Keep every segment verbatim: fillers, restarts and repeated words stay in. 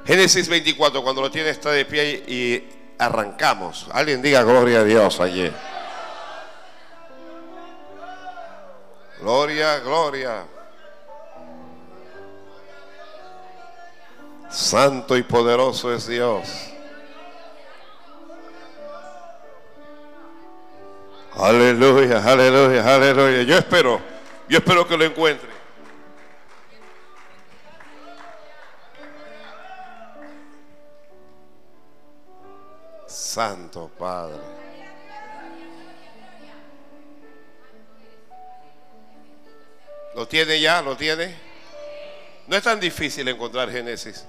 Génesis veinticuatro, cuando lo tiene está de pie y arrancamos. Alguien diga gloria a Dios allí. Gloria, gloria. Santo y poderoso es Dios. Aleluya, aleluya, aleluya. Yo espero, yo espero que lo encuentre. Santo Padre. ¿Lo tiene ya? ¿Lo tiene? No es tan difícil encontrar Génesis.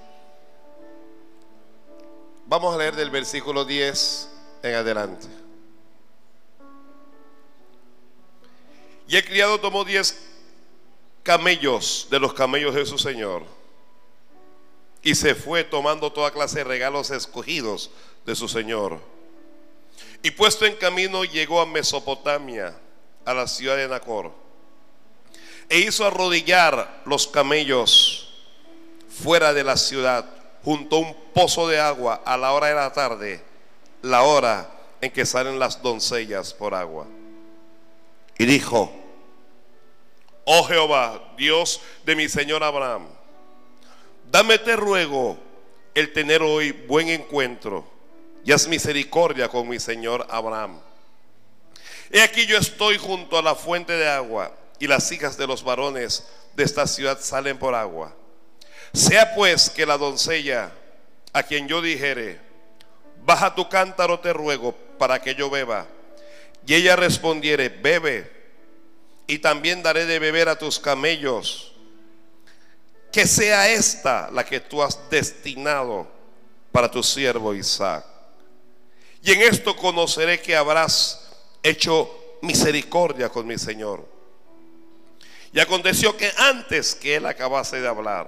Vamos a leer del versículo diez en adelante. Y el criado tomó diez camellos de los camellos de su señor y se fue tomando toda clase de regalos escogidos de su señor. Y puesto en camino llegó a Mesopotamia, a la ciudad de Nacor, e hizo arrodillar los camellos fuera de la ciudad, junto a un pozo de agua, a la hora de la tarde, la hora en que salen las doncellas por agua. Y dijo: oh Jehová, Dios de mi señor Abraham, dame te ruego el tener hoy buen encuentro, y haz misericordia con mi señor Abraham. He aquí yo estoy junto a la fuente de agua, y las hijas de los varones de esta ciudad salen por agua. Sea pues que la doncella a quien yo dijere: baja tu cántaro te ruego para que yo beba, y ella respondiere: bebe, y también daré de beber a tus camellos, que sea esta la que tú has destinado para tu siervo Isaac. Y en esto conoceré que habrás hecho misericordia con mi señor. Y aconteció que antes que él acabase de hablar,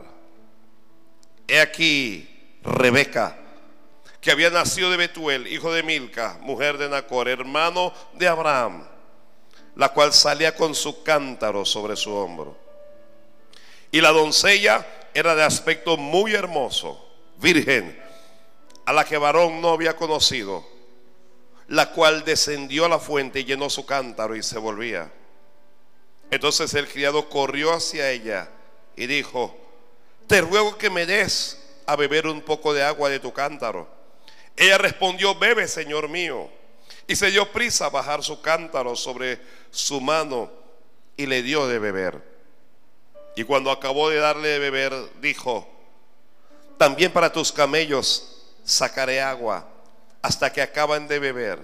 he aquí Rebeca, que había nacido de Betuel, hijo de Milca, mujer de Nacor, hermano de Abraham, la cual salía con su cántaro sobre su hombro. Y la doncella era de aspecto muy hermoso, virgen, a la que varón no había conocido, la cual descendió a la fuente y llenó su cántaro y se volvía. Entonces el criado corrió hacia ella y dijo: te ruego que me des a beber un poco de agua de tu cántaro. Ella respondió: bebe, señor mío. Y se dio prisa a bajar su cántaro sobre su mano y le dio de beber. Y cuando acabó de darle de beber, dijo: también para tus camellos sacaré agua hasta que acaban de beber.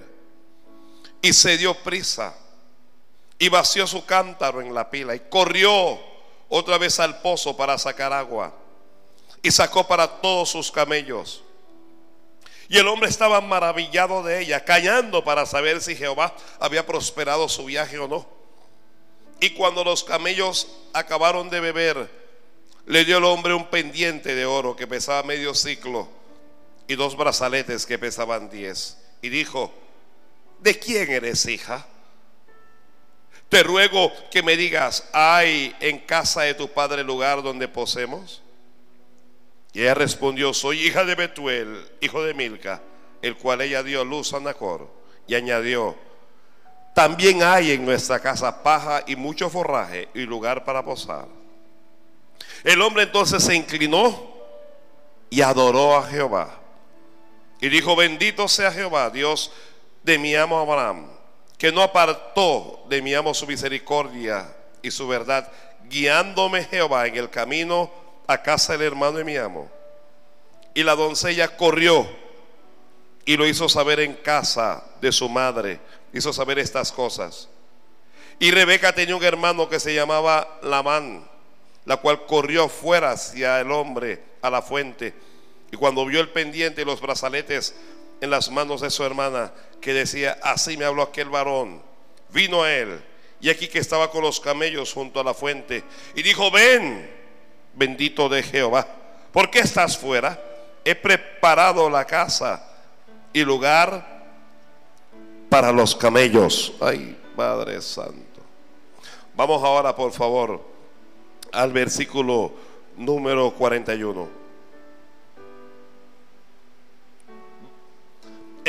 Y se dio prisa y vació su cántaro en la pila y corrió otra vez al pozo para sacar agua, y sacó para todos sus camellos. Y el hombre estaba maravillado de ella, callando para saber si Jehová había prosperado su viaje o no. Y cuando los camellos acabaron de beber, le dio el hombre un pendiente de oro que pesaba medio siclo y dos brazaletes que pesaban diez. Y dijo: ¿de quién eres hija? Te ruego que me digas: ¿hay en casa de tu padre lugar donde posemos? Y ella respondió: soy hija de Betuel, hijo de Milca, el cual ella dio luz a Nacor. Y añadió: también hay en nuestra casa paja y mucho forraje y lugar para posar. El hombre entonces se inclinó y adoró a Jehová. Y dijo: bendito sea Jehová, Dios de mi amo Abraham, que no apartó de mi amo su misericordia y su verdad, guiándome Jehová en el camino a casa del hermano de mi amo. Y la doncella corrió y lo hizo saber en casa de su madre, hizo saber estas cosas. Y Rebeca tenía un hermano que se llamaba Labán, la cual corrió fuera hacia el hombre a la fuente, y cuando vio el pendiente y los brazaletes en las manos de su hermana, que decía: así me habló aquel varón, vino a él, y aquí que estaba con los camellos junto a la fuente, y dijo: ven, bendito de Jehová, ¿por qué estás fuera? He preparado la casa y lugar para los camellos. Ay, Padre Santo. Vamos ahora, por favor, al versículo número cuarenta y uno.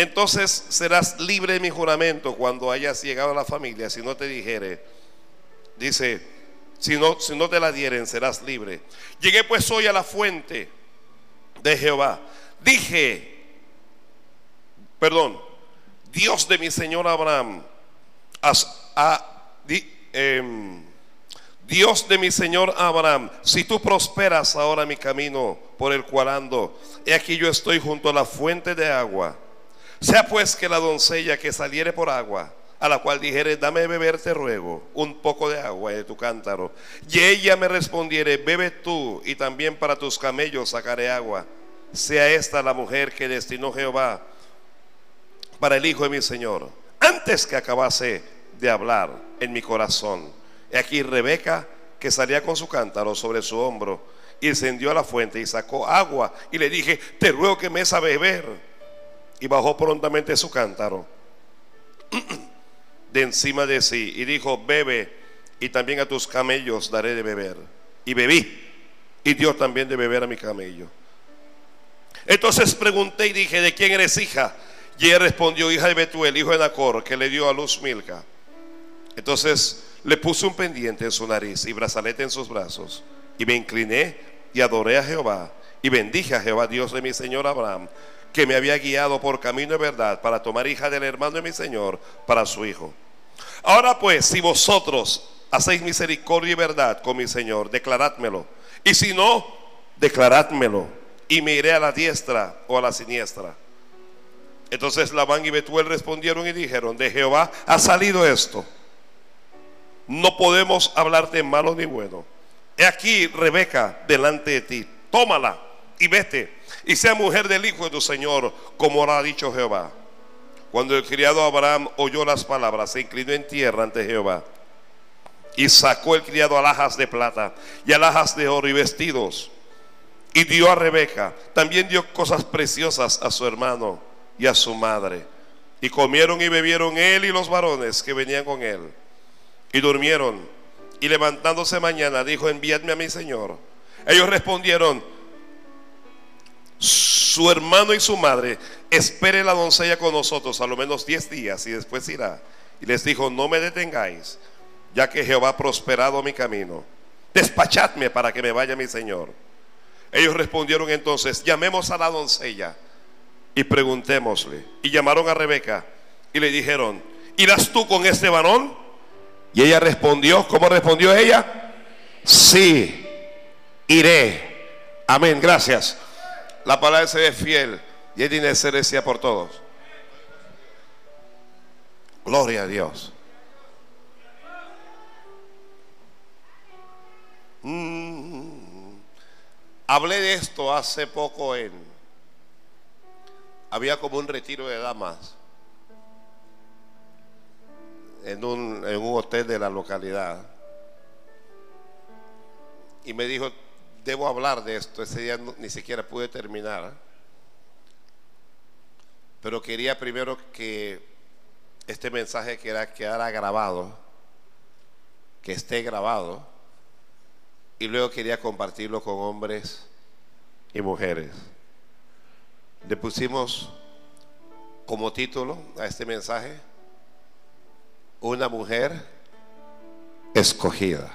entonces serás libre de mi juramento cuando hayas llegado a la familia. Si no te dijere, dice, si no, si no te la dieren, serás libre. Llegué pues hoy a la fuente de Jehová. Dije, perdón, Dios de mi señor Abraham, as, a, di, eh, Dios de mi señor Abraham, si tú prosperas ahora mi camino por el cual ando, he aquí yo estoy junto a la fuente de agua. Sea pues que la doncella que saliere por agua, a la cual dijere, dame beber, te ruego, un poco de agua de tu cántaro, y ella me respondiere, bebe tú, y también para tus camellos sacaré agua, sea esta la mujer que destinó Jehová para el hijo de mi señor. Antes que acabase de hablar en mi corazón, he aquí Rebeca, que salía con su cántaro sobre su hombro, y encendió a la fuente y sacó agua, y le dije, te ruego que me des a beber. Y bajó prontamente su cántaro de encima de sí, y dijo, bebe, y también a tus camellos daré de beber. Y bebí, y dio también de beber a mi camello. Entonces pregunté y dije, ¿de quién eres hija? Y ella respondió, hija de Betuel, hijo de Nacor, que le dio a luz Milca. Entonces le puse un pendiente en su nariz y brazalete en sus brazos, y me incliné y adoré a Jehová, y bendije a Jehová, Dios de mi señor Abraham, que me había guiado por camino de verdad para tomar hija del hermano de mi señor para su hijo. Ahora pues, si vosotros hacéis misericordia y verdad con mi señor, declarádmelo, y si no, declarádmelo, y me iré a la diestra o a la siniestra. Entonces Labán y Betuel respondieron y dijeron, de Jehová ha salido esto, no podemos hablarte malo ni bueno. He aquí Rebeca delante de ti, tómala y vete, y sea mujer del hijo de tu señor, como ha dicho Jehová. Cuando el criado Abraham oyó las palabras, se inclinó en tierra ante Jehová, y sacó el criado alhajas de plata y alhajas de oro y vestidos, y dio a Rebeca. También dio cosas preciosas a su hermano y a su madre, y comieron y bebieron él y los varones que venían con él, y durmieron. Y levantándose mañana dijo, enviadme a mi señor. Ellos respondieron, su hermano y su madre, espere la doncella con nosotros a lo menos diez días y después irá. Y les dijo, no me detengáis, ya que Jehová ha prosperado mi camino. Despachadme para que me vaya mi señor. Ellos respondieron entonces, llamemos a la doncella y preguntémosle. Y llamaron a Rebeca y le dijeron, ¿irás tú con este varón? Y ella respondió, ¿cómo respondió ella? Sí, iré. Amén, gracias. La palabra se ve fiel y es digna de ser decida por todos. Gloria a Dios. Mm. Hablé de esto hace poco en, había como un retiro de damas en un, en un hotel de la localidad, y me dijo, debo hablar de esto. Ese día no, ni siquiera pude terminar, pero quería primero que este mensaje quedara, quedara grabado, que esté grabado, y luego quería compartirlo con hombres y mujeres. Le pusimos como título a este mensaje, una mujer escogida.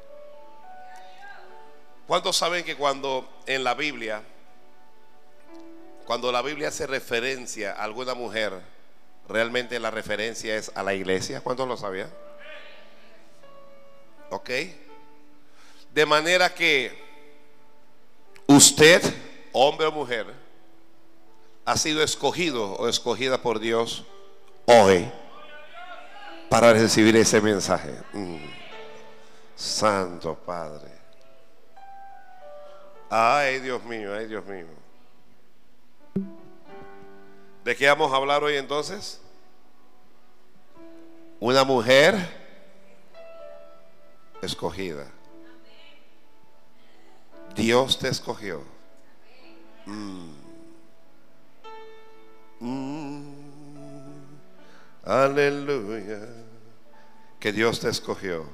¿Cuántos saben que cuando en la Biblia, cuando la Biblia hace referencia a alguna mujer, realmente la referencia es a la iglesia? ¿Cuántos lo sabían? Ok. De manera que usted, hombre o mujer, ha sido escogido o escogida por Dios hoy para recibir ese mensaje. Mm. Santo Padre. Ay, Dios mío, ay, Dios mío. ¿De qué vamos a hablar hoy entonces? Una mujer escogida. Dios te escogió. Mm. Mm. Aleluya. Que Dios te escogió.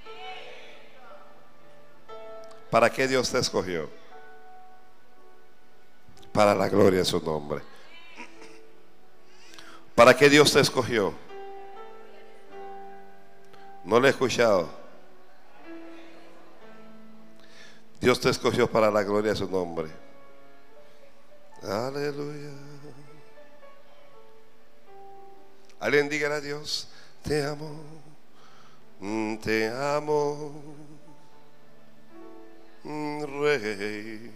¿Para qué Dios te escogió? Para la gloria de su nombre. ¿Para qué Dios te escogió? No lo he escuchado. Dios te escogió para la gloria de su nombre. Aleluya. Alguien diga a Dios: te amo, te amo, Rey.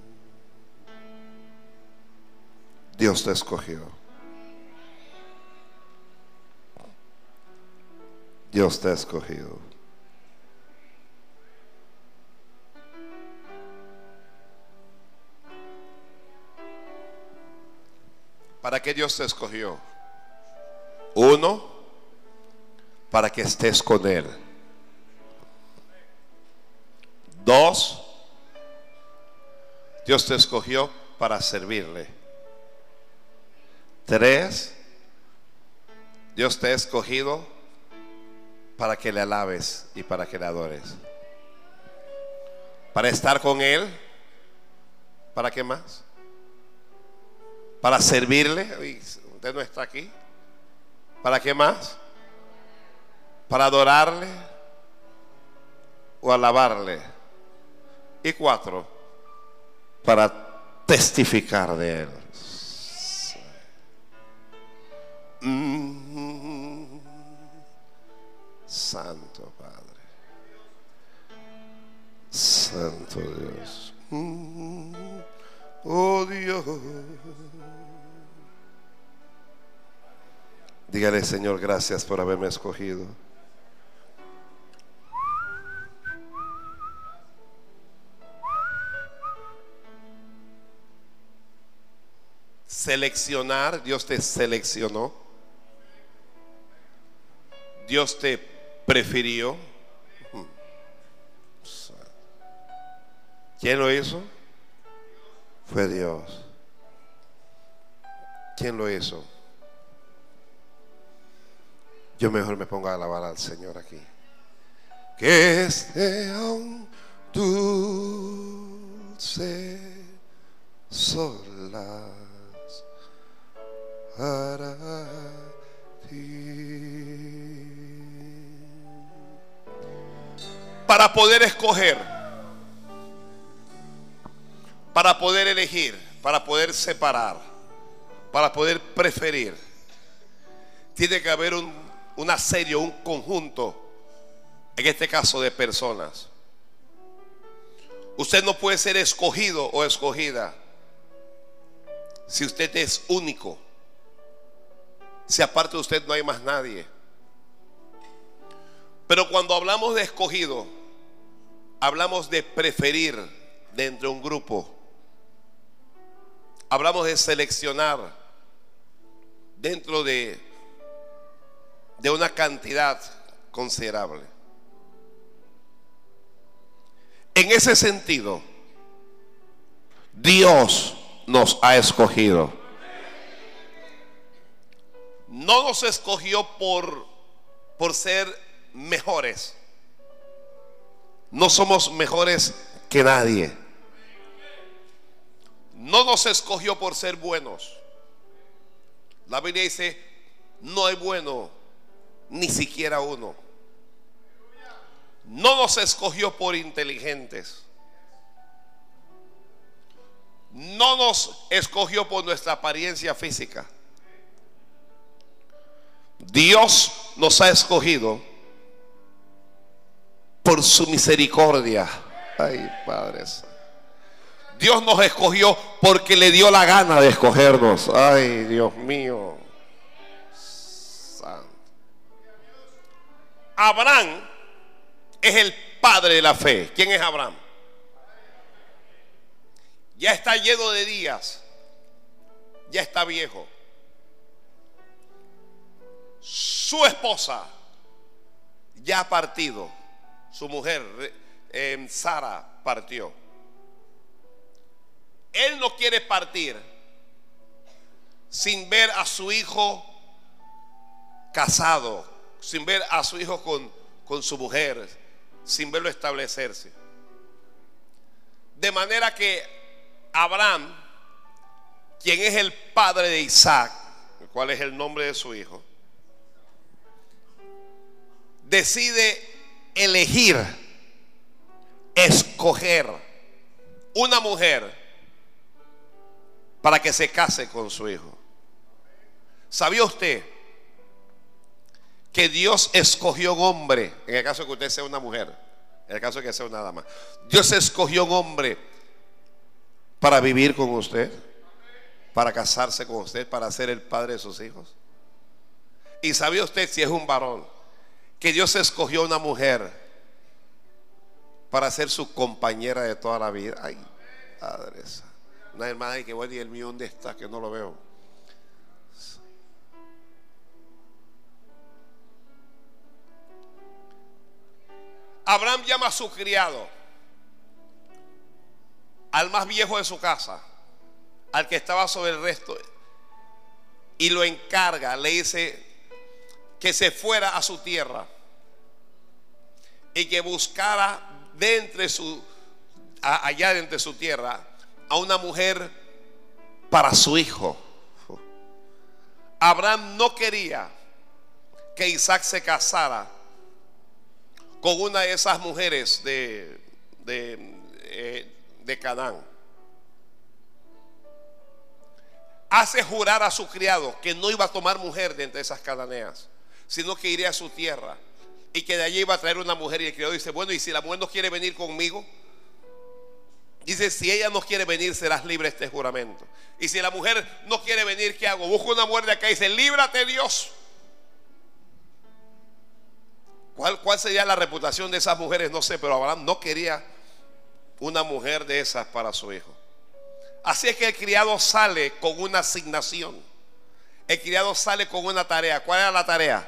Dios te escogió. Dios te ha escogido. ¿Para qué Dios te escogió? Uno, para que estés con Él. Dos, Dios te escogió para servirle. Tres, Dios te ha escogido para que le alabes y para que le adores. Para estar con Él. ¿Para qué más? Para servirle. Uy, usted no está aquí. ¿Para qué más? Para adorarle o alabarle. Y cuatro, para testificar de Él. Mm, Santo Padre, Santo Dios. Mm, oh Dios. Dígale: Señor, gracias por haberme escogido. Seleccionar, Dios te seleccionó. Dios te prefirió. ¿Quién lo hizo? Fue Dios. ¿Quién lo hizo? Yo mejor me pongo a alabar al Señor aquí. Que sean dulces solas para ti. Para poder escoger, para poder elegir, para poder separar, para poder preferir, tiene que haber un, una serie, un conjunto, en este caso de personas. Usted no puede ser escogido o escogida si usted es único, si aparte de usted no hay más nadie. Pero cuando hablamos de escogido, hablamos de preferir dentro de un grupo. Hablamos de seleccionar dentro de, de una cantidad considerable. En ese sentido, Dios nos ha escogido. No nos escogió por, por ser mejores. No somos mejores que nadie. No nos escogió por ser buenos. La Biblia dice: no hay bueno ni siquiera uno. No nos escogió por inteligentes. No nos escogió por nuestra apariencia física. Dios nos ha escogido por su misericordia. Ay, padres. Dios nos escogió porque le dio la gana de escogernos. Ay, Dios mío. Santo. Abraham es el padre de la fe. ¿Quién es Abraham? Ya está lleno de días. Ya está viejo. Su esposa ya ha partido. Su mujer, eh, Sara, partió. Él no quiere partir sin ver a su hijo casado, sin ver a su hijo con, con su mujer, sin verlo establecerse. De manera que Abraham, quien es el padre de Isaac, ¿cuál es el nombre de su hijo? Decide elegir, escoger una mujer para que se case con su hijo. ¿Sabía usted que Dios escogió un hombre? En el caso de que usted sea una mujer, en el caso de que sea una dama, Dios escogió un hombre para vivir con usted, para casarse con usted, para ser el padre de sus hijos. Y ¿sabía usted, si es un varón, que Dios escogió una mujer para ser su compañera de toda la vida? Ay, padre, una hermana que bueno, y el mío ¿dónde está? Que no lo veo. Abraham llama a su criado, al más viejo de su casa, al que estaba sobre el resto, y lo encarga, le dice que se fuera a su tierra y que buscara de entre su, allá de entre su tierra a una mujer para su hijo. Abraham no quería que Isaac se casara con una de esas mujeres de, de, eh, de Canaán. Hace jurar a su criado que no iba a tomar mujer de entre esas cananeas, sino que iría a su tierra y que de allí iba a traer una mujer. Y el criado dice: bueno, y si la mujer no quiere venir conmigo, dice, si ella no quiere venir, serás libre de este juramento. Y si la mujer no quiere venir, ¿qué hago? Busco una mujer de acá y dice: líbrate, Dios. ¿Cuál, ¿Cuál sería la reputación de esas mujeres? No sé, pero Abraham no quería una mujer de esas para su hijo. Así es que el criado sale con una asignación. El criado sale con una tarea. ¿Cuál era la tarea?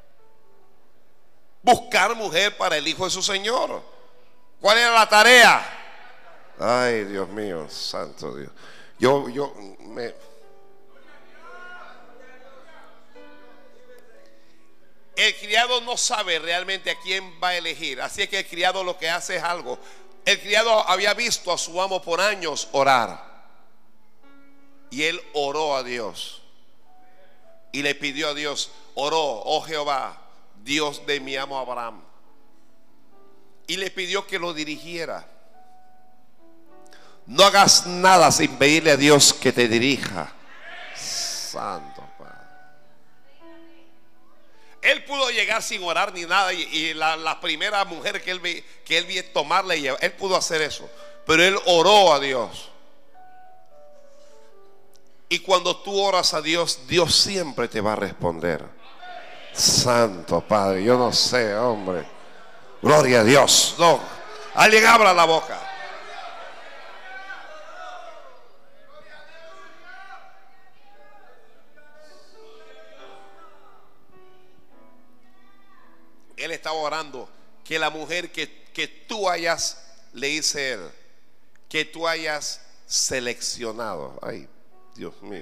Buscar mujer para el hijo de su señor. ¿Cuál era la tarea? Ay, Dios mío, santo Dios. Yo, yo me... El criado no sabe realmente a quién va a elegir. Así es que el criado lo que hace es algo. El criado había visto a su amo por años orar, y él oró a Dios y le pidió a Dios, oró: oh Jehová, Dios de mi amo Abraham, y le pidió que lo dirigiera. No hagas nada sin pedirle a Dios que te dirija. Santo Padre. Él pudo llegar sin orar ni nada, y, y la, la primera mujer que él vi, que él vi tomarla y llevar, él pudo hacer eso, pero él oró a Dios. Y cuando tú oras a Dios, Dios siempre te va a responder. Santo Padre, yo no sé, hombre. Gloria a Dios. No, alguien abra la boca. Él estaba orando que la mujer que, que tú hayas, le dice él, que tú hayas seleccionado. Ay, Dios mío.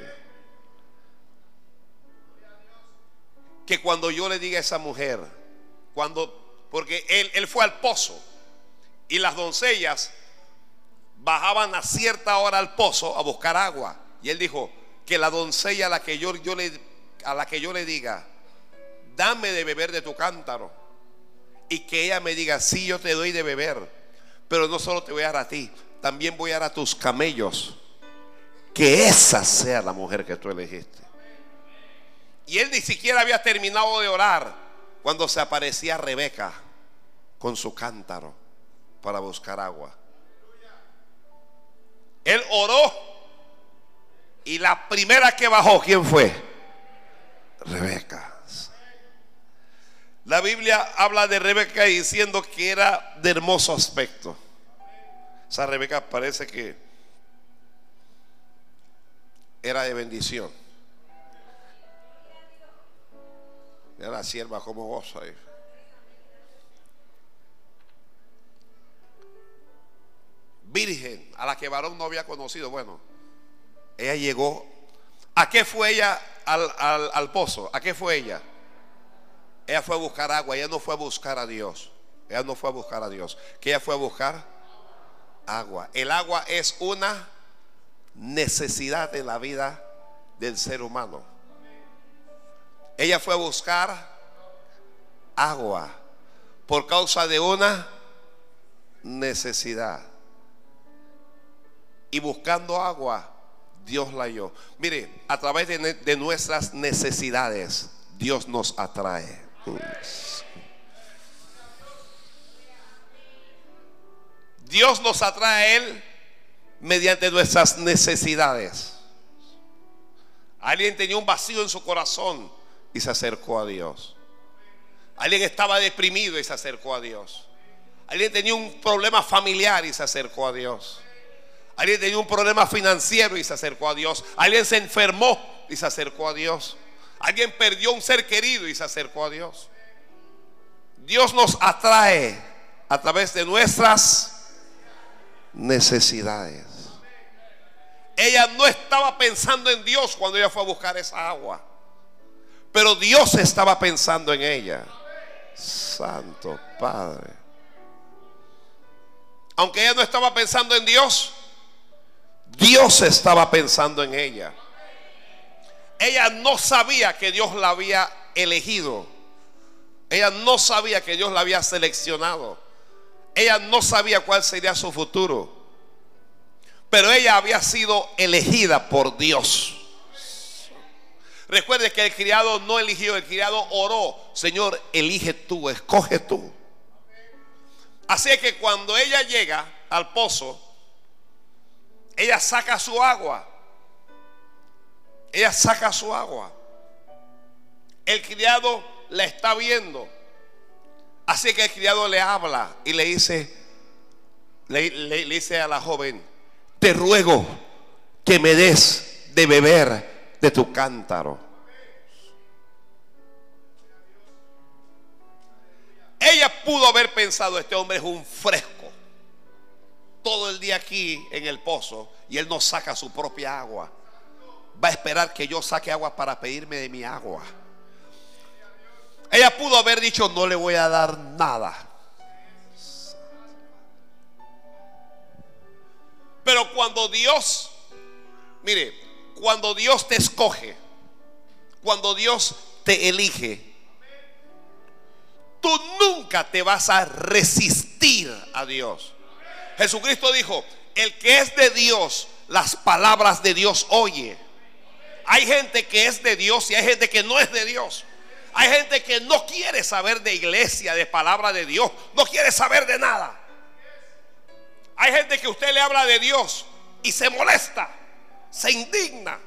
Que cuando yo le diga a esa mujer, cuando, porque él, él fue al pozo, y las doncellas bajaban a cierta hora al pozo a buscar agua, y él dijo que la doncella a la que yo, yo le, a la que yo le diga, dame de beber de tu cántaro, y que ella me diga, sí, yo te doy de beber, pero no solo te voy a dar a ti, también voy a dar a tus camellos. Que esa sea la mujer que tú elegiste. Y él ni siquiera había terminado de orar cuando se aparecía Rebeca con su cántaro para buscar agua. Él oró, y la primera que bajó, ¿quién fue? Rebeca. La Biblia habla de Rebeca diciendo que era de hermoso aspecto. Esa Rebeca parece que era de bendición. Mira la sierva como goza ahí. Virgen, a la que varón no había conocido. Bueno, ella llegó. ¿A qué fue ella al, al, al pozo? ¿A qué fue ella? Ella fue a buscar agua. Ella no fue a buscar a Dios. Ella no fue a buscar a Dios. ¿Qué ella fue a buscar? Agua. El agua es una necesidad en la vida del ser humano. Ella fue a buscar agua por causa de una necesidad. Y buscando agua, Dios la halló. Mire, a través de, de nuestras necesidades, Dios nos atrae. Dios nos atrae a Él mediante nuestras necesidades. Alguien tenía un vacío en su corazón y se acercó a Dios. Alguien estaba deprimido y se acercó a Dios. Alguien tenía un problema familiar y se acercó a Dios. Alguien tenía un problema financiero y se acercó a Dios. Alguien se enfermó y se acercó a Dios. Alguien perdió un ser querido y se acercó a Dios. Dios nos atrae a través de nuestras necesidades. Ella no estaba pensando en Dios cuando ella fue a buscar esa agua, pero Dios estaba pensando en ella. Santo Padre. Aunque ella no estaba pensando en Dios, Dios estaba pensando en ella. Ella no sabía que Dios la había elegido. Ella no sabía que Dios la había seleccionado. Ella no sabía cuál sería su futuro. Pero ella había sido elegida por Dios. Recuerde que el criado no eligió, el criado oró: Señor, elige tú, escoge tú. Así que cuando ella llega al pozo, ella saca su agua. Ella saca su agua. El criado la está viendo. Así que el criado le habla y le dice, le, le, le dice a la joven: te ruego que me des de beber de tu cántaro. Ella pudo haber pensado: este hombre es un fresco, todo el día aquí en el pozo y él no saca su propia agua. Va a esperar que yo saque agua para pedirme de mi agua. Ella pudo haber dicho: no le voy a dar nada. Pero cuando Dios, mire, cuando Dios te escoge, cuando Dios te elige, tú nunca te vas a resistir a Dios. Jesucristo dijo: el que es de Dios, las palabras de Dios oye. Hay gente que es de Dios y hay gente que no es de Dios. Hay gente que no quiere saber de iglesia, de palabra de Dios, no quiere saber de nada. Hay gente que usted le habla de Dios y se molesta, se indigna.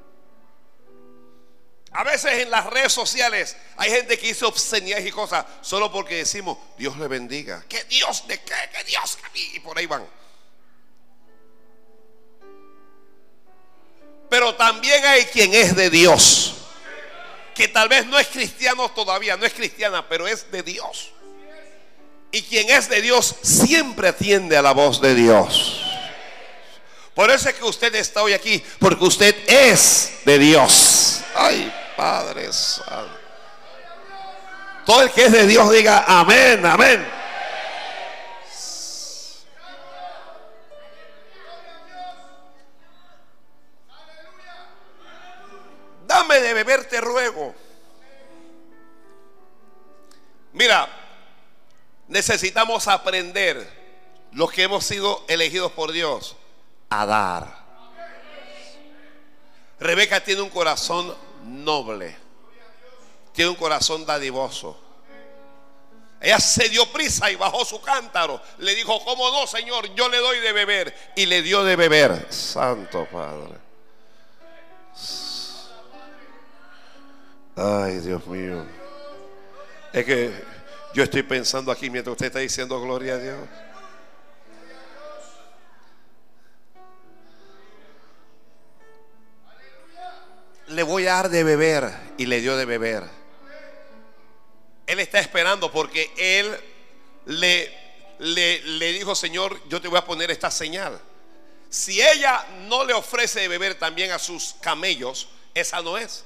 A veces en las redes sociales hay gente que dice obscenidades y cosas solo porque decimos: Dios le bendiga. ¿Qué Dios de qué? ¿Qué Dios a mí? Y por ahí van. Pero también hay quien es de Dios, que tal vez no es cristiano todavía, no es cristiana, pero es de Dios. Y quien es de Dios siempre atiende a la voz de Dios. Por eso es que usted está hoy aquí, porque usted es de Dios. Ay, Padre Santo. Todo el que es de Dios diga amén, amén. Dame de beber, te ruego. Mira, necesitamos aprender, los que hemos sido elegidos por Dios, a dar. Rebeca tiene un corazón noble, tiene un corazón dadivoso. Ella se dio prisa y bajó su cántaro. Le dijo: ¿cómo no, Señor? Yo le doy de beber. Y le dio de beber. Santo Padre. Ay, Dios mío. Es que yo estoy pensando aquí mientras usted está diciendo gloria a Dios. Le voy a dar de beber. Y le dio de beber. Él está esperando porque él le, le, le dijo: Señor, yo te voy a poner esta señal. Si ella no le ofrece de beber también a sus camellos, esa no es.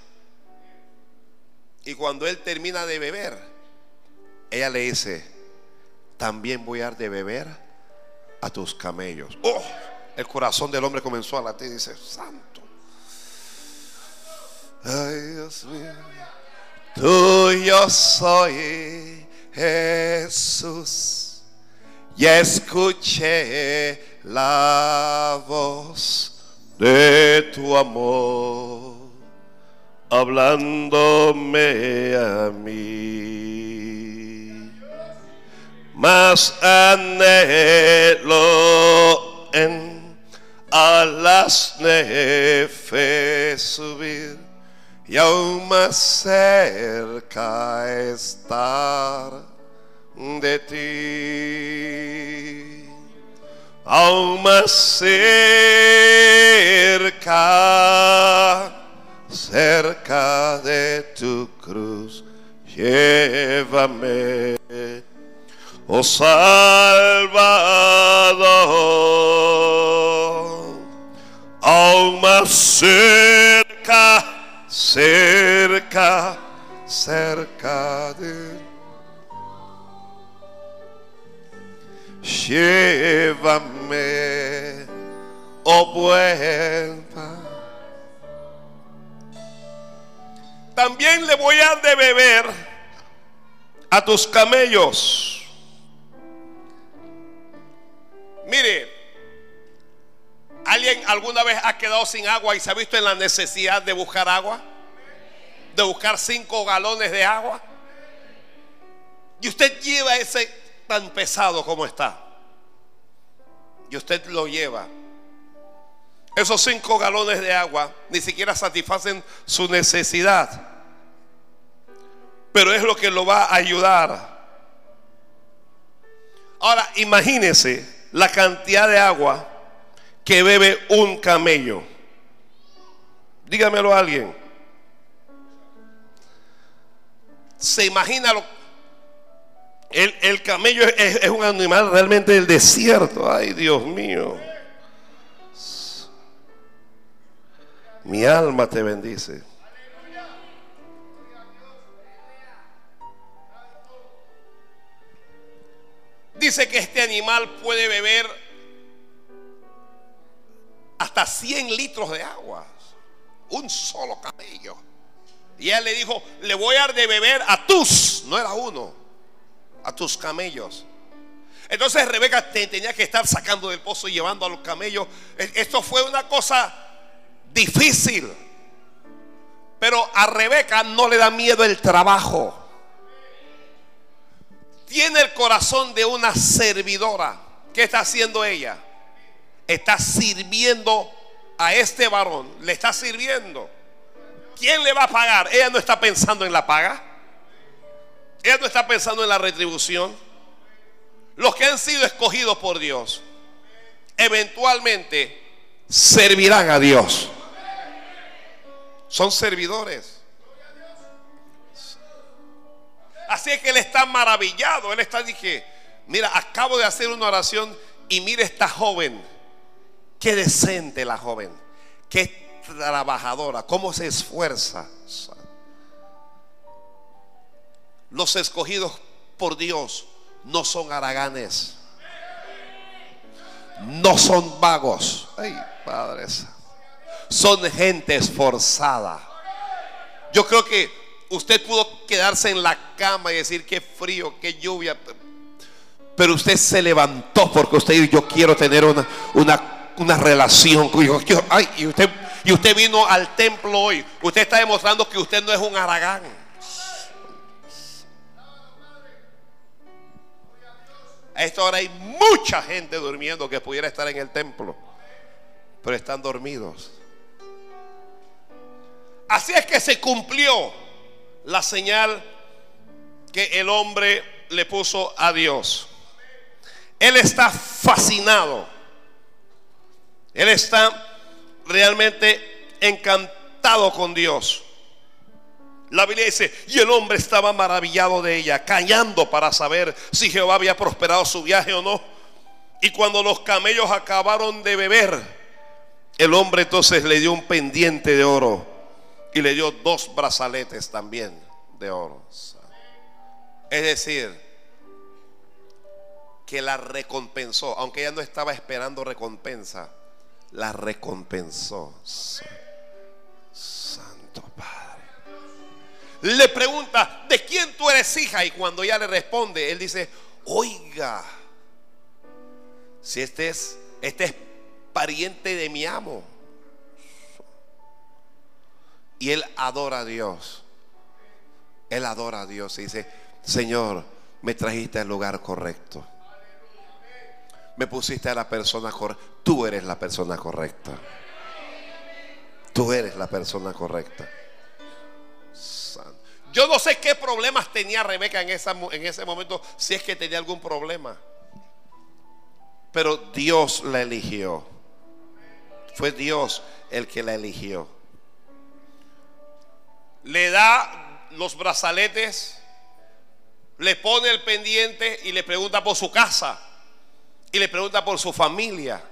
Y cuando él termina de beber, ella le dice: también voy a dar de beber a tus camellos. Oh, el corazón del hombre comenzó a latir y dice: santo. Ay, Dios mío. tuyo soy, Jesús, y escuché la voz de tu amor hablándome a mí. Mas anhelo en a las nefes subir y aún más cerca estar de ti, aún más cerca, cerca de tu cruz, llévame, oh Salvador, aún más cerca, cerca, cerca de ti. Llévame, oh buen Padre. También le voy a dar de beber a tus camellos. Mire, ¿alguien alguna vez ha quedado sin agua y se ha visto en la necesidad de buscar agua? De buscar cinco galones de agua. Y usted lleva ese tan pesado como está, y usted lo lleva. Esos cinco galones de agua ni siquiera satisfacen su necesidad, pero es lo que lo va a ayudar. Ahora imagínese la cantidad de agua que bebe un camello. Dígamelo a alguien. ¿Se imagina lo El, el camello es, es un animal realmente del desierto? Ay, Dios mío. Mi alma te bendice. Dice que este animal puede beber hasta cien litros de agua. Un solo camello. Y él le dijo: le voy a dar de beber a tus, no era uno, a tus camellos. Entonces Rebeca te, tenía que estar sacando del pozo y llevando a los camellos. Esto fue una cosa difícil, pero a Rebeca no le da miedo el trabajo. Tiene el corazón de una servidora. ¿Qué está haciendo ella? Está sirviendo a este varón. Le está sirviendo. ¿Quién le va a pagar? Ella no está pensando en la paga. Ella no está pensando en la retribución. Los que han sido escogidos por Dios eventualmente servirán a Dios. Son servidores. Así es que él está maravillado. Él está, dije, mira, acabo de hacer una oración y mira esta joven. Qué decente la joven. Qué trabajadora. Cómo se esfuerza. Los escogidos por Dios no son haraganes, no son vagos. Ay, padres, son gente esforzada. Yo creo que usted pudo quedarse en la cama y decir qué frío, qué lluvia, pero usted se levantó porque usted dijo: yo quiero tener una, una, una relación con Dios. Ay, y usted, y usted vino al templo hoy. Usted está demostrando que usted no es un haragán. A esta hora hay mucha gente durmiendo que pudiera estar en el templo, pero están dormidos. Así es que se cumplió la señal que el hombre le puso a Dios. Él está fascinado. Él está realmente encantado con Dios. La Biblia dice: y el hombre estaba maravillado de ella, callando para saber si Jehová había prosperado su viaje o no. Y cuando los camellos acabaron de beber, el hombre entonces le dio un pendiente de oro y le dio dos brazaletes también de oro. Es decir, que la recompensó. Aunque ella no estaba esperando recompensa, la recompensó. Santo Padre. le pregunta: ¿de quién tú eres hija? Y cuando ella le responde, él dice: oiga, si este es, este es pariente de mi amo. Y él adora a Dios. Él adora a Dios y dice: Señor, me trajiste al lugar correcto. Me pusiste a la persona correcta. Tú eres la persona correcta. Tú eres la persona correcta. Yo no sé qué problemas tenía Rebeca en, esa, en ese momento, si es que tenía algún problema. Pero Dios la eligió. Fue Dios el que la eligió. Le da los brazaletes, le pone el pendiente y le pregunta por su casa. Y le pregunta por su familia.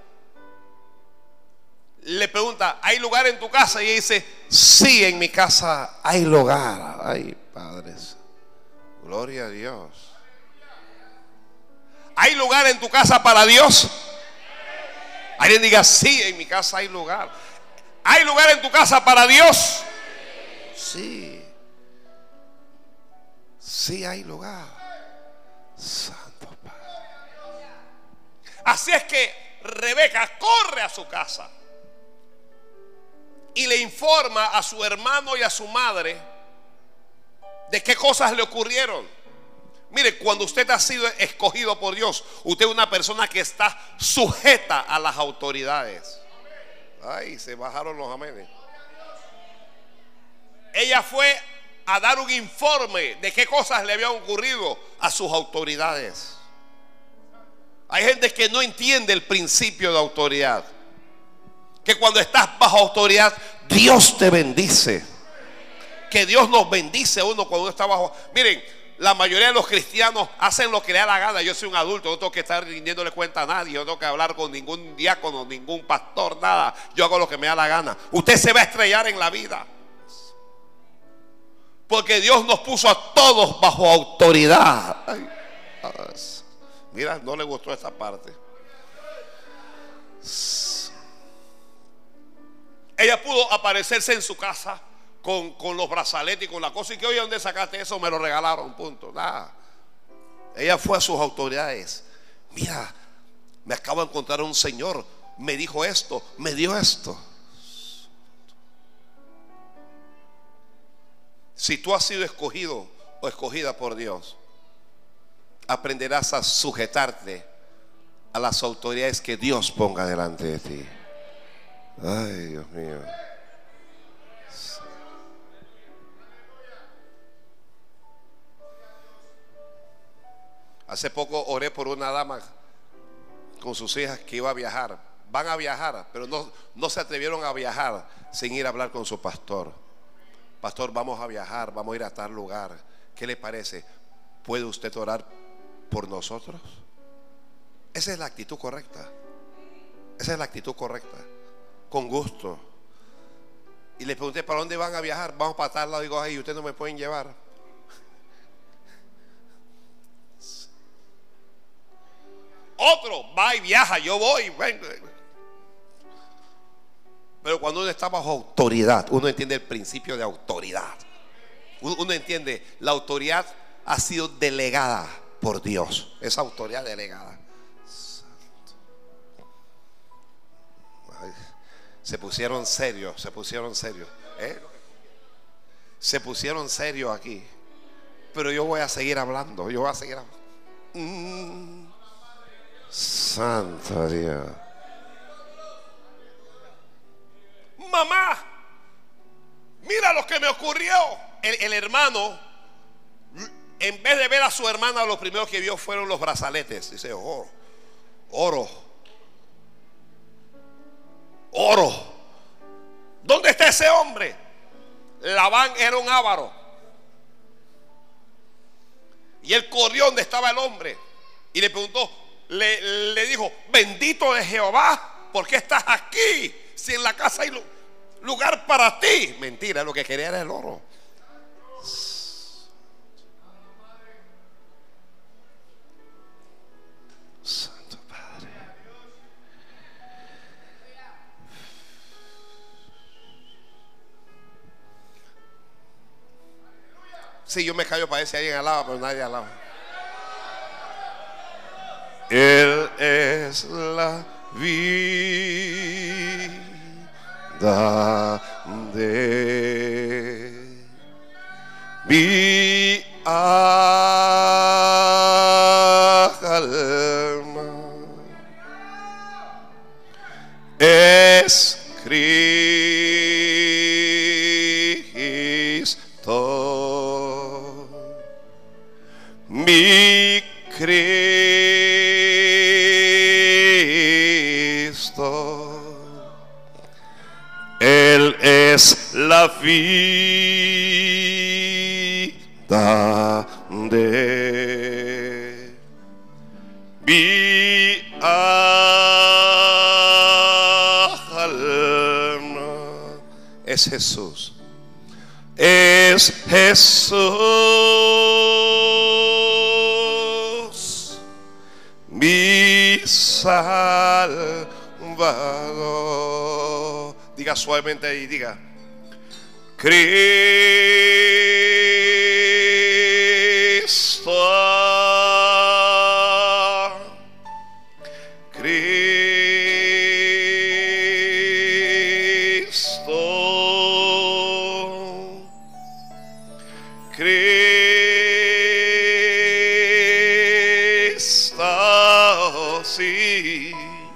Le pregunta: ¿hay lugar en tu casa? Y ella dice: sí, en mi casa hay lugar. Ay, padres, gloria a Dios. ¿Hay lugar en tu casa para Dios? Alguien diga: sí, en mi casa hay lugar. ¿Hay lugar en tu casa para Dios? Sí. Sí hay lugar. Santo Padre. Así es que Rebeca corre a su casa y le informa a su hermano y a su madre de qué cosas le ocurrieron. Mire, cuando usted ha sido escogido por Dios, usted es una persona que está sujeta a las autoridades. Ay, se bajaron los amenes. Ella fue a dar un informe de qué cosas le habían ocurrido a sus autoridades. Hay gente que no entiende el principio de autoridad. Que cuando estás bajo autoridad, Dios te bendice. Que Dios nos bendice a uno cuando uno está bajo. Miren, la mayoría de los cristianos hacen lo que le da la gana. Yo soy un adulto, no tengo que estar rindiéndole cuenta a nadie. Yo no tengo que hablar con ningún diácono, ningún pastor, nada. Yo hago lo que me da la gana. Usted se va a estrellar en la vida, porque Dios nos puso a todos bajo autoridad. Ay, mira, no le gustó esta parte. Ella pudo aparecerse en su casa con, con los brazaletes y con la cosa. Y que: oye, ¿dónde sacaste eso? Me lo regalaron, punto. Nada. Ella fue a sus autoridades. Mira, me acabo de encontrar un señor, me dijo esto, me dio esto. Si tú has sido escogido o escogida por Dios, aprenderás a sujetarte a las autoridades que Dios ponga delante de ti. Ay, Dios mío. Hace poco oré por una dama con sus hijas que iba a viajar. Van a viajar, pero no, no se atrevieron a viajar sin ir a hablar con su pastor. Pastor, vamos a viajar, vamos a ir a tal lugar. ¿Qué le parece? ¿Puede usted orar por nosotros? Esa es la actitud correcta. Esa es la actitud correcta. Con gusto. Y le pregunté: ¿para dónde van a viajar? Vamos para tal lado. Digo: ay, ustedes no me pueden llevar. Otro va y viaja, yo voy. Pero cuando uno está bajo autoridad, uno entiende el principio de autoridad. Uno entiende, la autoridad ha sido delegada por Dios. Esa autoridad delegada. Ay, se pusieron serios, se pusieron serios. ¿Eh? Se pusieron serios aquí. Pero yo voy a seguir hablando. Yo voy a seguir hablando. Mm. Santo Dios. Mamá, mira lo que me ocurrió. El, el hermano, en vez de ver a su hermana, lo primero que vio fueron los brazaletes. Dice: oro, oro, oro. ¿Dónde está ese hombre? Labán era un avaro. Y él corrió donde estaba el hombre y le preguntó, le, le dijo: bendito de Jehová, ¿por qué estás aquí? Si en la casa hay lugar para ti. Mentira, lo que quería era el oro. Santo Padre. Sí, yo me callo para ver si alguien alaba, pero nadie alaba. Él es la vida de mi alma. Es Cristo, mi Cristo. Él es la vida de mi alma. Es Jesús. Es Jesús, mi Salvador. Diga suavemente ahí, diga: Cristo, Cristo, Cristo, sí,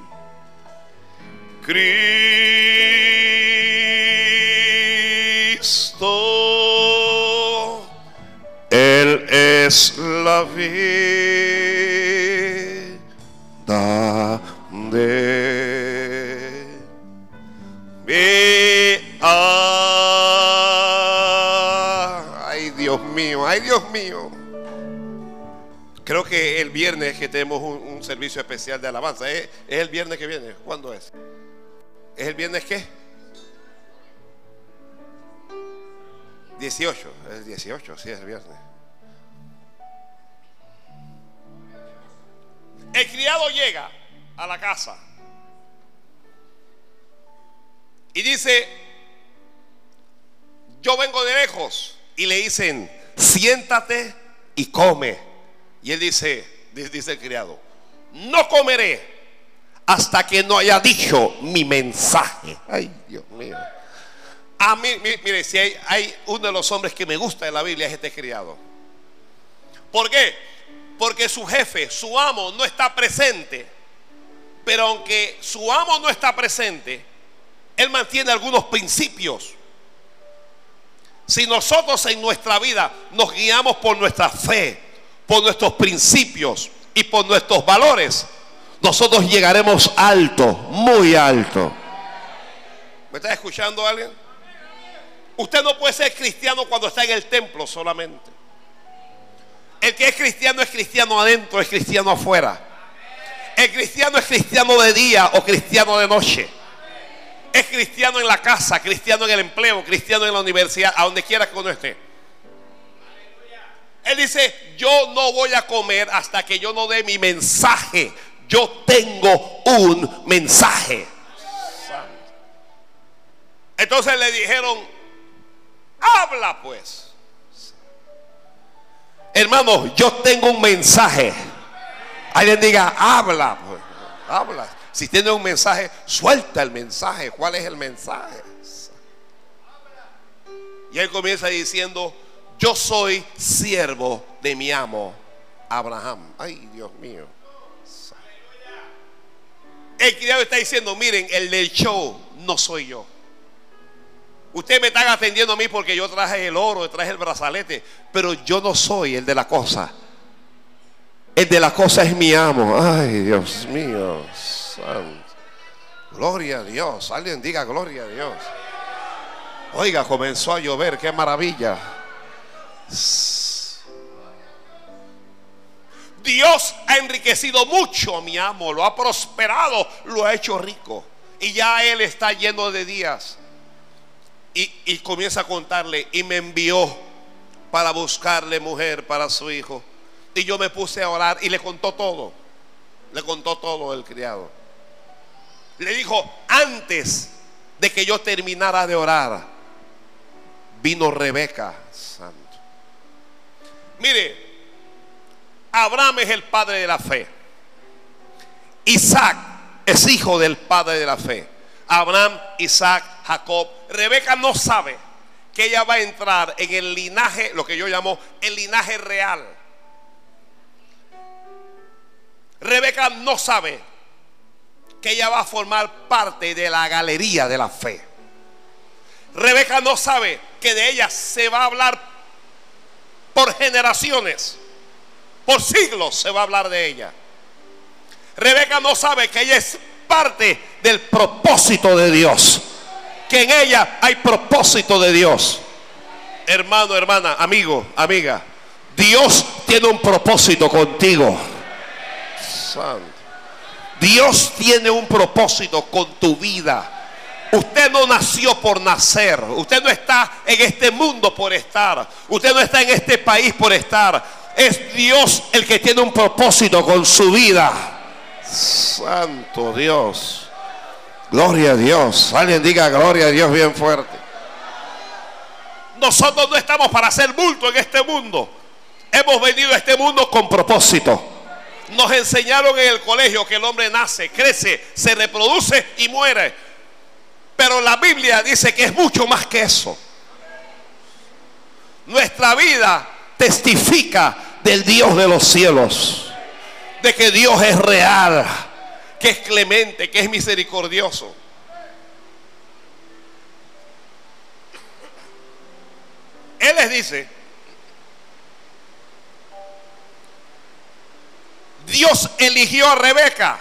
Cristo, Él es la vida de mi alma. Ay, Dios mío, ay, Dios mío. Creo que el viernes que tenemos un, un servicio especial de alabanza. ¿Es, ¿Es el viernes que viene? ¿Cuándo es? ¿Es el viernes qué? dieciocho. Es el dieciocho, sí, es el viernes. El criado llega a la casa y dice: yo vengo de lejos. Y le dicen: siéntate y come. Y él dice, dice el criado: no comeré hasta que no haya dicho mi mensaje. Ay, Dios mío. A mí, mire, si hay, hay uno de los hombres que me gusta de la Biblia, es este criado. ¿Por qué? Porque su jefe, su amo, no está presente. Pero aunque su amo no está presente, él mantiene algunos principios. Si nosotros en nuestra vida nos guiamos por nuestra fe, por nuestros principios y por nuestros valores, nosotros llegaremos alto, muy alto. ¿Me está escuchando alguien? Usted no puede ser cristiano cuando está en el templo solamente. El que es cristiano es cristiano adentro, es cristiano afuera. El cristiano es cristiano de día o cristiano de noche. Es cristiano en la casa, cristiano en el empleo, cristiano en la universidad, a donde quiera que uno esté. Él dice: yo no voy a comer hasta que yo no dé mi mensaje. Yo tengo un mensaje. Entonces le dijeron: habla pues. Hermano, yo tengo un mensaje. Alguien diga: habla pues. Habla. Si tiene un mensaje, suelta el mensaje. ¿Cuál es el mensaje? Y él comienza diciendo: yo soy siervo de mi amo Abraham. Ay, Dios mío. El criado está diciendo: miren, el del show no soy yo. Ustedes me están atendiendo a mí porque yo traje el oro, traje el brazalete, pero yo no soy el de la cosa. El de la cosa es mi amo. Ay, Dios mío santo. Gloria a Dios. Alguien diga gloria a Dios. Oiga, comenzó a llover. Qué maravilla. Dios ha enriquecido mucho a mi amo, lo ha prosperado, lo ha hecho rico. Y ya él está lleno de días. Y, y comienza a contarle: y me envió para buscarle mujer para su hijo. Y yo me puse a orar y le contó todo. Le contó todo el criado. Le dijo: antes de que yo terminara de orar, vino Rebeca, santo. Mire, Abraham es el padre de la fe. Isaac es hijo del padre de la fe. Abraham, Isaac, Jacob. Rebeca no sabe que ella va a entrar en el linaje, lo que yo llamo el linaje real. Rebeca no sabe que ella va a formar parte de la galería de la fe. Rebeca no sabe que de ella se va a hablar por generaciones, por siglos se va a hablar de ella. Rebeca no sabe que ella es parte del propósito de Dios, que en ella hay propósito de Dios. Hermano, hermana, amigo, amiga, Dios tiene un propósito contigo. Santo. Dios tiene un propósito con tu vida. Usted no nació por nacer. Usted no está en este mundo por estar. Usted no está en este país por estar. Es Dios el que tiene un propósito con su vida. Santo Dios. Gloria a Dios. Alguien diga gloria a Dios bien fuerte. Nosotros no estamos para hacer bulto en este mundo. Hemos venido a este mundo con propósito. Nos enseñaron en el colegio que el hombre nace, crece, se reproduce y muere. Pero la Biblia dice que es mucho más que eso. Nuestra vida testifica del Dios de los cielos, de que Dios es real, que es clemente, que es misericordioso. Él les dice: Dios eligió a Rebeca,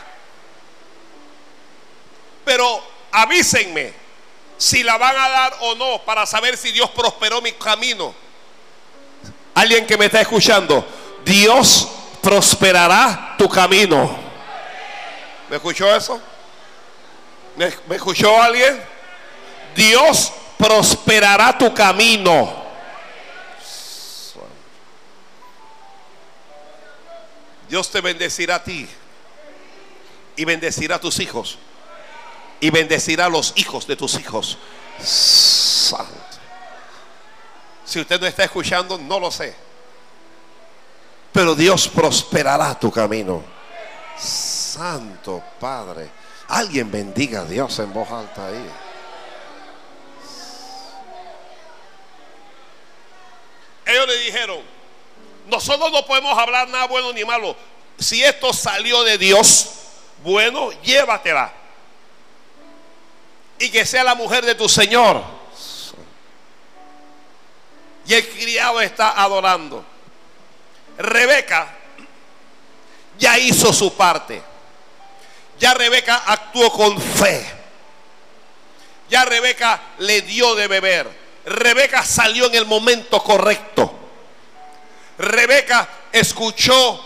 pero avísenme si la van a dar o no, para saber si Dios prosperó mi camino. Alguien que me está escuchando, Dios prosperará tu camino. ¿Me escuchó eso? ¿Me, me escuchó alguien? Dios prosperará tu camino. Dios te bendecirá a ti y bendecirá a tus hijos y bendecirá a los hijos de tus hijos. Santo. Si usted no está escuchando, no lo sé, pero Dios prosperará tu camino. Santo Padre, alguien bendiga a Dios en voz alta ahí. Ellos le dijeron: nosotros no podemos hablar nada bueno ni malo. Si esto salió de Dios, bueno, llévatela y que sea la mujer de tu Señor. Y el criado está adorando. Rebeca ya hizo su parte. Ya Rebeca actuó con fe. Ya Rebeca le dio de beber. Rebeca salió en el momento correcto. Rebeca escuchó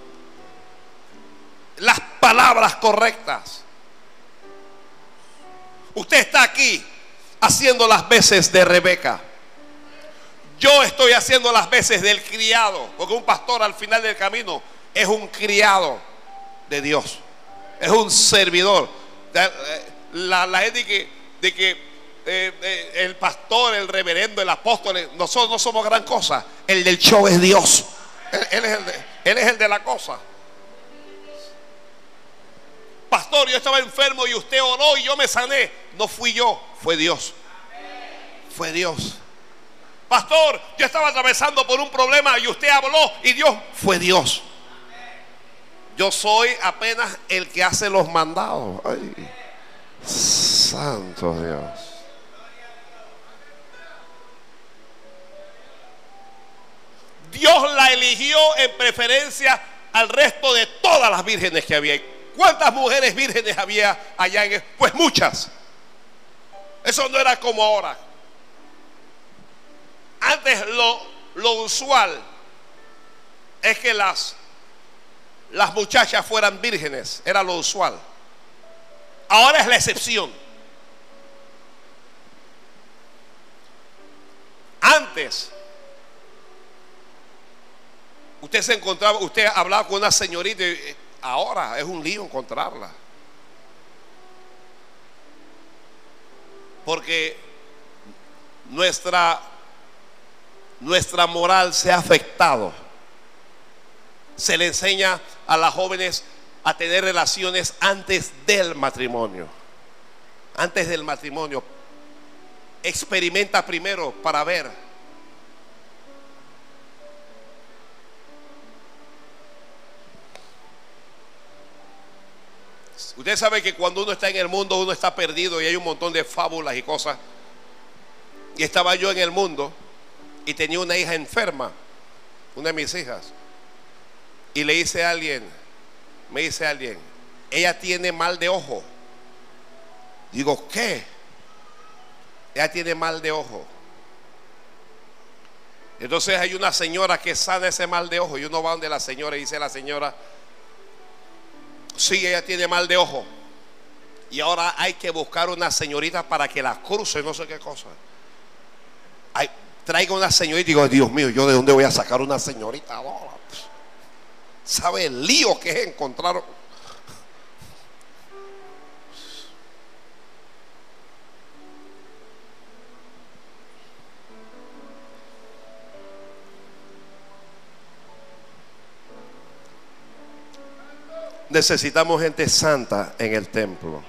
las palabras correctas. Usted está aquí haciendo las veces de Rebeca. Yo estoy haciendo las veces del criado, porque un pastor al final del camino es un criado de Dios, es un servidor. La, la gente de que, de que eh, eh, el pastor, el reverendo, el apóstol, nosotros no somos gran cosa. El del show es Dios. Él, él, es el de, él es el de la cosa. Pastor, yo estaba enfermo y usted oró y yo me sané. No fui yo, fue Dios. Fue Dios. Pastor, yo estaba atravesando por un problema y usted habló y Dios, fue Dios. Yo soy apenas el que hace los mandados. Ay, santo Dios. Dios la eligió en preferencia al resto de todas las vírgenes que había. ¿Cuántas mujeres vírgenes había allá en el? Pues muchas. Eso no era como ahora. Antes lo, lo usual es que las, las muchachas fueran vírgenes. Era lo usual. Ahora es la excepción. Antes usted se encontraba, usted hablaba con una señorita y ahora es un lío encontrarla. Porque nuestra nuestra moral se ha afectado. Se le enseña a las jóvenes a tener relaciones antes del matrimonio. Antes del matrimonio. Experimenta primero para ver. Usted sabe que cuando uno está en el mundo, uno está perdido y hay un montón de fábulas y cosas. Y estaba yo en el mundo y tenía una hija enferma, una de mis hijas. Y le dice a alguien, me dice a alguien, ella tiene mal de ojo. Digo, ¿qué? Ella tiene mal de ojo. Entonces hay una señora que sana ese mal de ojo. Y uno va donde la señora y dice a la señora, sí, ella tiene mal de ojo. Y ahora hay que buscar una señorita para que la cruce, no sé qué cosa. Ay, traiga una señorita. Y digo, Dios mío, ¿yo de dónde voy a sacar una señorita ahora? ¿Sabe el lío que es encontrar? Necesitamos gente santa en el templo.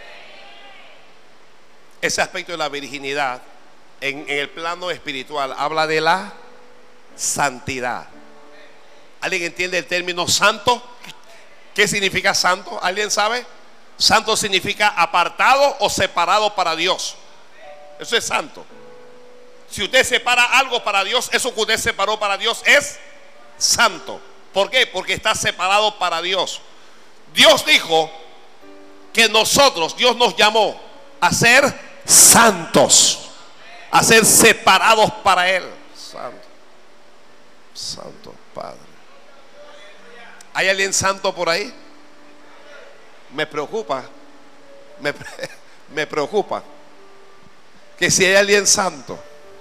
Ese aspecto de la virginidad en, en el plano espiritual habla de la santidad. ¿Alguien entiende el término santo? ¿Qué significa santo? ¿Alguien sabe? Santo significa apartado o separado para Dios. Eso es santo. Si usted separa algo para Dios, eso que usted separó para Dios es santo. ¿Por qué? Porque está separado para Dios. Dios dijo que nosotros, Dios nos llamó a ser santos, a ser separados para Él. Santo, Santo Padre. ¿Hay alguien santo por ahí? Me preocupa, me, me preocupa que si hay alguien santo,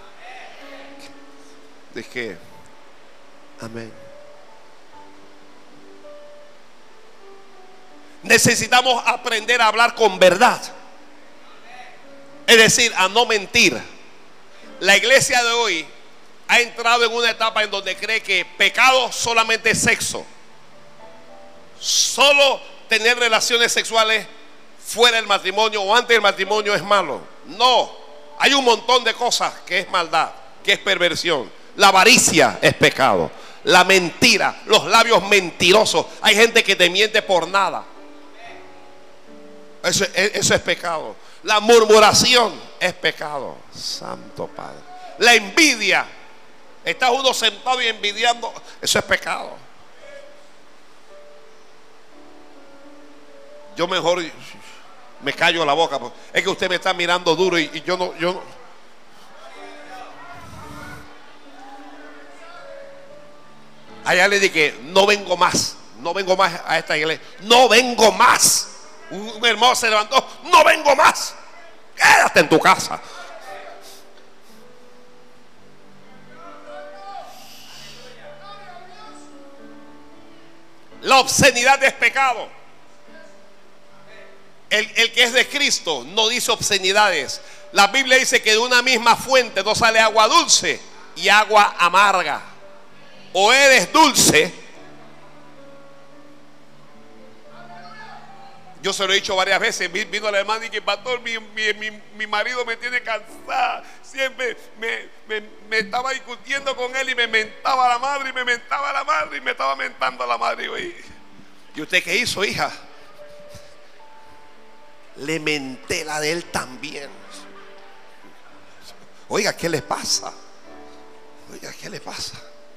dije, amén. Necesitamos aprender a hablar con verdad, es decir, a no mentir. La iglesia de hoy ha entrado en una etapa en donde cree que pecado solamente es sexo. Solo tener relaciones sexuales fuera del matrimonio o antes del matrimonio es malo. No, hay un montón de cosas que es maldad, que es perversión. La avaricia es pecado. La mentira, los labios mentirosos. Hay gente que te miente por nada. Eso, eso es pecado. La murmuración es pecado. Santo Padre. La envidia. Está uno sentado y envidiando. Eso es pecado. Yo mejor me callo la boca. Es que usted me está mirando duro y, y yo no, yo no. Allá le dije, no vengo más. No vengo más a esta iglesia. No vengo más. Un hermano se levantó, no vengo más. Quédate en tu casa. La obscenidad es pecado. El, el que es de Cristo no dice obscenidades. La Biblia dice que de una misma fuente no sale agua dulce y agua amarga. O eres dulce. Yo se lo he dicho varias veces. Vino la hermana y que pastor, mi, mi, mi, mi marido me tiene cansada. Siempre me, me, me estaba discutiendo con él y me mentaba a la madre y me mentaba a la madre y me estaba mentando a la madre. ¿Y usted qué hizo, hija? Le menté la de él también. Oiga, ¿qué le pasa? Oiga, ¿qué le pasa?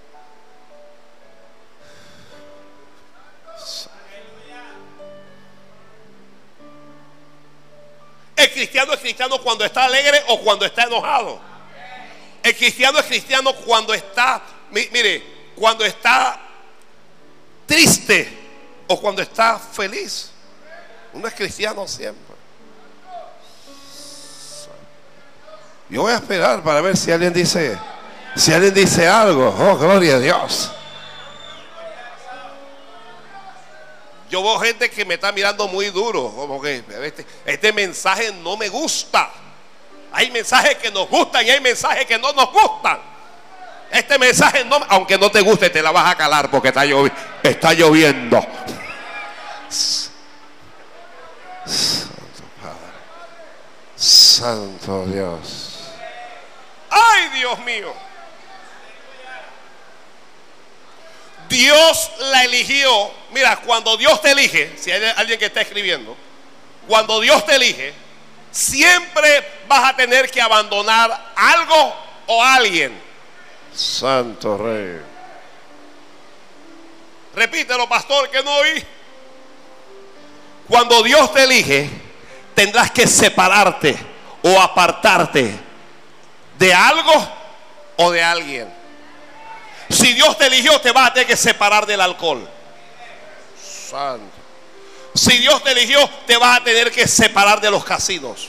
El cristiano es cristiano cuando está alegre o cuando está enojado. El cristiano es cristiano cuando está, mire, cuando está triste o cuando está feliz. Uno es cristiano siempre. Yo voy a esperar para ver si alguien dice, si alguien dice algo. Oh, gloria a Dios. Yo veo gente que me está mirando muy duro, como que este, este mensaje no me gusta. Hay mensajes que nos gustan y hay mensajes que no nos gustan. Este mensaje, no, aunque no te guste, te la vas a calar porque está, llovi está lloviendo. Santo Padre, Santo Dios. Ay, Dios mío. Dios la eligió. Mira, cuando Dios te elige, si hay alguien que está escribiendo, cuando Dios te elige, siempre vas a tener que abandonar algo o alguien. Santo Rey. Repítelo, pastor, que no oí. Cuando Dios te elige, tendrás que separarte o apartarte de algo o de alguien. Si Dios te eligió, te vas a tener que separar del alcohol. Santo. Si Dios te eligió, te vas a tener que separar de los casinos.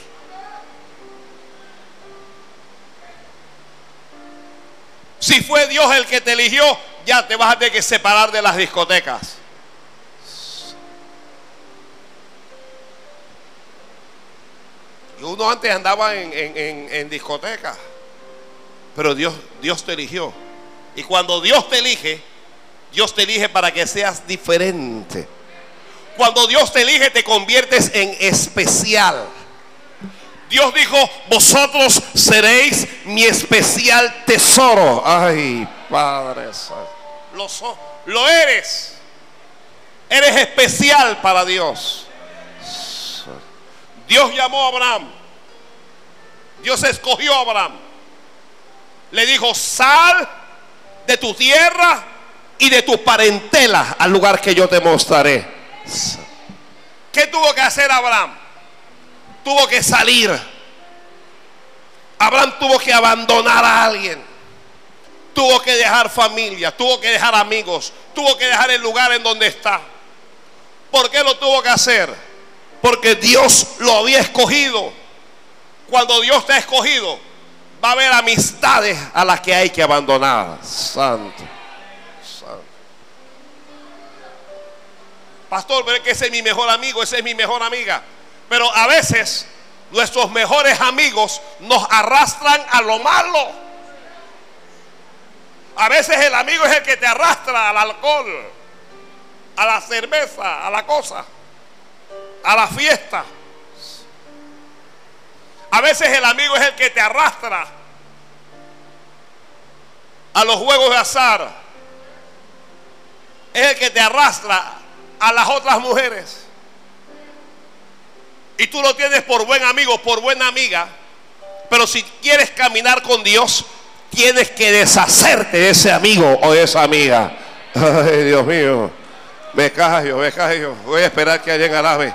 Si fue Dios el que te eligió, ya te vas a tener que separar de las discotecas. Y uno antes andaba en, en, en, en discotecas, pero Dios, Dios te eligió. Y cuando Dios te elige, Dios te elige para que seas diferente. Cuando Dios te elige, te conviertes en especial. Dios dijo: vosotros seréis mi especial tesoro. Ay, Padre Santo. Lo, so, lo eres. Eres especial para Dios. Dios llamó a Abraham. Dios escogió a Abraham. Le dijo: sal de tu tierra y de tu parentela al lugar que yo te mostraré. ¿Qué tuvo que hacer Abraham? Tuvo que salir. Abraham tuvo que abandonar a alguien. Tuvo que dejar familia, tuvo que dejar amigos, tuvo que dejar el lugar en donde está. ¿Por qué lo tuvo que hacer? Porque Dios lo había escogido. Cuando Dios te ha escogido, va a haber amistades a las que hay que abandonar. Santo, santo. Pastor, pero es que ese es mi mejor amigo, ese es mi mejor amiga. Pero a veces nuestros mejores amigos nos arrastran a lo malo. A veces el amigo es el que te arrastra al alcohol, a la cerveza, a la cosa, a la fiesta. A veces el amigo es el que te arrastra a los juegos de azar. Es el que te arrastra a las otras mujeres. Y tú lo tienes por buen amigo, por buena amiga. Pero si quieres caminar con Dios, tienes que deshacerte de ese amigo o de esa amiga. Ay, Dios mío. Me callo, me callo. Voy a esperar que alguien alabe.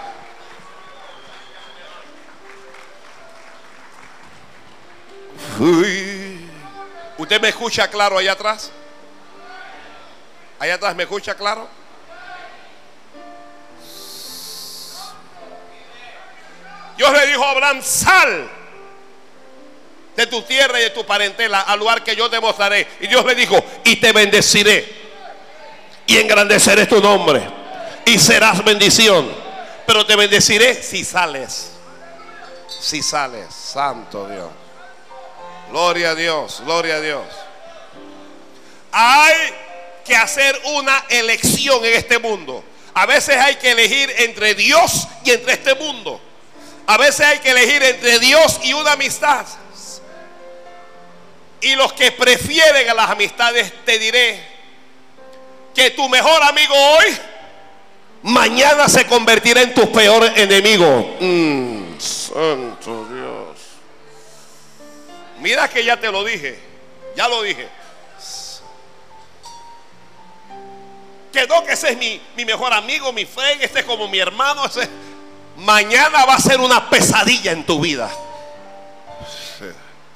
Uy. ¿Usted me escucha claro allá atrás? Allá atrás me escucha claro. Dios le dijo a Abraham: sal de tu tierra y de tu parentela al lugar que yo te mostraré. Y Dios le dijo: y te bendeciré y engrandeceré tu nombre y serás bendición. Pero te bendeciré si sales. Si sales. Santo Dios. Gloria a Dios, gloria a Dios. Hay que hacer una elección en este mundo. A veces hay que elegir entre Dios y entre este mundo. A veces hay que elegir entre Dios y una amistad. Y los que prefieren a las amistades, te diré que tu mejor amigo hoy, mañana se convertirá en tu peor enemigo. Mm, santo Dios. Mira que ya te lo dije. Ya lo dije. Que no, que ese es mi, mi mejor amigo, mi friend, este es como mi hermano. Ese, mañana va a ser una pesadilla en tu vida. Sí.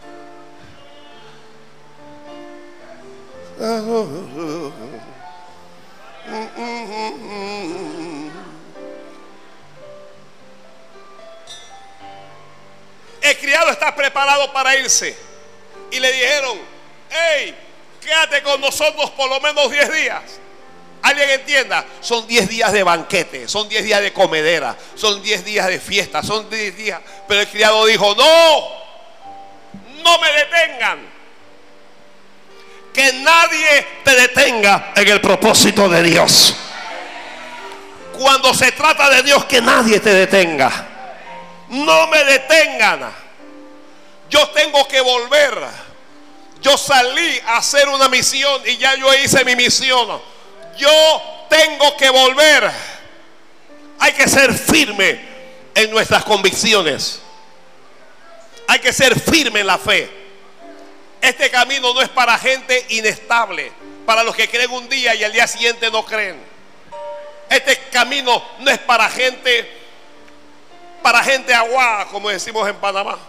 El criado está preparado para irse y le dijeron: hey, quédate con nosotros por lo menos diez días. Alguien entienda, son diez días de banquete, son diez días de comedera, son diez días de fiesta, son diez días. Pero el criado dijo: no, no me detengan. Que nadie te detenga en el propósito de Dios. Cuando se trata de Dios, que nadie te detenga. No me detengan. Yo tengo que volver. Yo salí a hacer una misión y ya yo hice mi misión. Yo tengo que volver. Hay que ser firme en nuestras convicciones. Hay que ser firme en la fe. Este camino no es para gente inestable, para los que creen un día y al día siguiente no creen. Este camino no es para gente para gente aguada, como decimos en Panamá.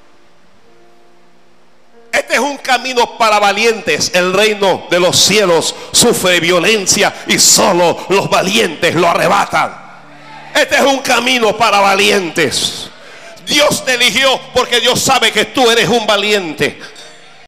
Este es un camino para valientes. El reino de los cielos sufre violencia y solo los valientes lo arrebatan. Este es un camino para valientes. Dios te eligió porque Dios sabe que tú eres un valiente.